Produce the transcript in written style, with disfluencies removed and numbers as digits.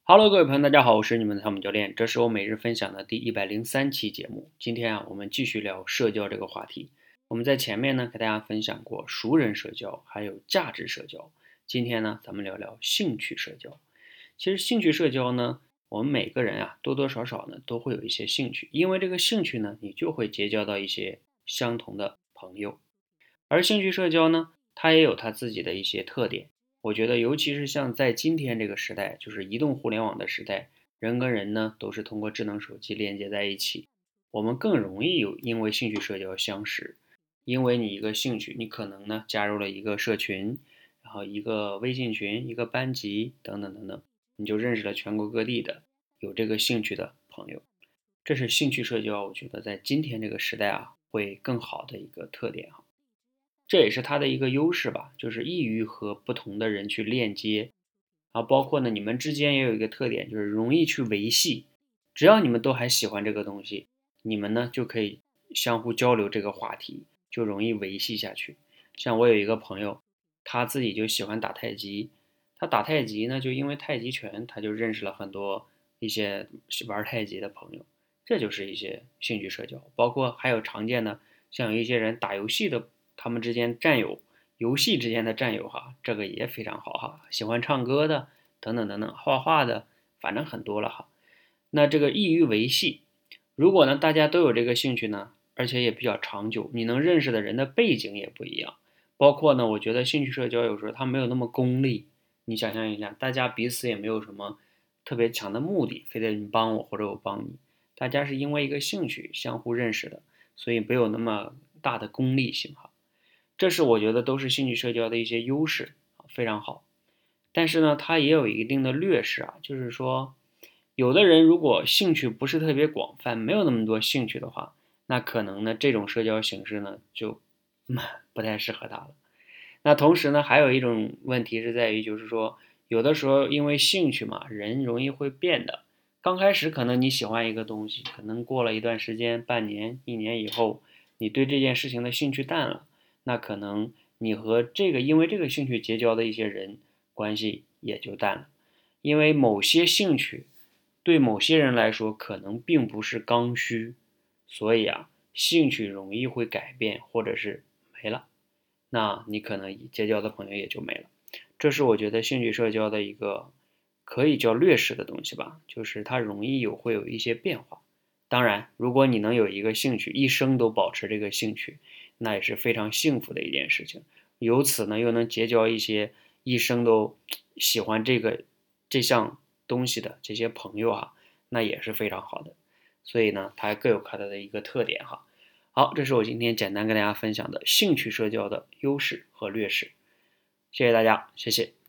Hello，各位朋友，大家好，我是你们的汤姆教练，这是我每日分享的第103期节目。今天我们继续聊社交这个话题。我们在前面呢，给大家分享过熟人社交，还有价值社交。今天呢，咱们聊聊兴趣社交。其实兴趣社交呢，我们每个人多多少少呢都会有一些兴趣，因为这个兴趣呢，你就会结交到一些相同的朋友。而兴趣社交呢，它也有它自己的一些特点。我觉得，尤其是像在今天这个时代，就是移动互联网的时代，人跟人呢都是通过智能手机连接在一起，我们更容易因为兴趣社交相识。因为你一个兴趣，你可能呢加入了一个社群，然后一个微信群、一个班级等等等等，你就认识了全国各地的有这个兴趣的朋友。这是兴趣社交，我觉得在今天这个时代会更好的一个特点。这也是它的一个优势吧，就是易于和不同的人去链接，包括呢你们之间也有一个特点，就是容易去维系。只要你们都还喜欢这个东西，你们呢就可以相互交流这个话题，就容易维系下去。像我有一个朋友，他自己就喜欢打太极，他打太极呢，就因为太极拳，他就认识了很多一些玩太极的朋友，这就是一些兴趣社交。包括还有常见的，像有一些人打游戏的。他们之间战友，游戏之间的战友这个也非常好喜欢唱歌的等等等等，画画的，反正很多了那这个易于维系，如果呢大家都有这个兴趣呢，而且也比较长久，你能认识的人的背景也不一样，包括呢，我觉得兴趣社交有时候它没有那么功利。你想象一下，大家彼此也没有什么特别强的目的，非得你帮我或者我帮你，大家是因为一个兴趣相互认识的，所以没有那么大的功利性这是我觉得都是兴趣社交的一些优势非常好。但是呢，它也有一定的劣势就是说，有的人如果兴趣不是特别广泛，没有那么多兴趣的话，那可能呢这种社交形式呢就不太适合他了。那同时呢，还有一种问题是在于，就是说，有的时候因为兴趣嘛，人容易会变的。刚开始可能你喜欢一个东西，可能过了一段时间，半年、一年以后，你对这件事情的兴趣淡了，那可能你和因为这个兴趣结交的一些人关系也就淡了。因为某些兴趣对某些人来说可能并不是刚需，所以兴趣容易会改变或者是没了。那你可能结交的朋友也就没了。这是我觉得兴趣社交的一个可以叫劣势的东西吧，就是它容易会有一些变化。当然，如果你能有一个兴趣，一生都保持这个兴趣，那也是非常幸福的一件事情。由此呢，又能结交一些一生都喜欢这项东西的这些朋友那也是非常好的。所以呢，它各有它的一个特点好，这是我今天简单跟大家分享的兴趣社交的优势和劣势，谢谢大家，谢谢。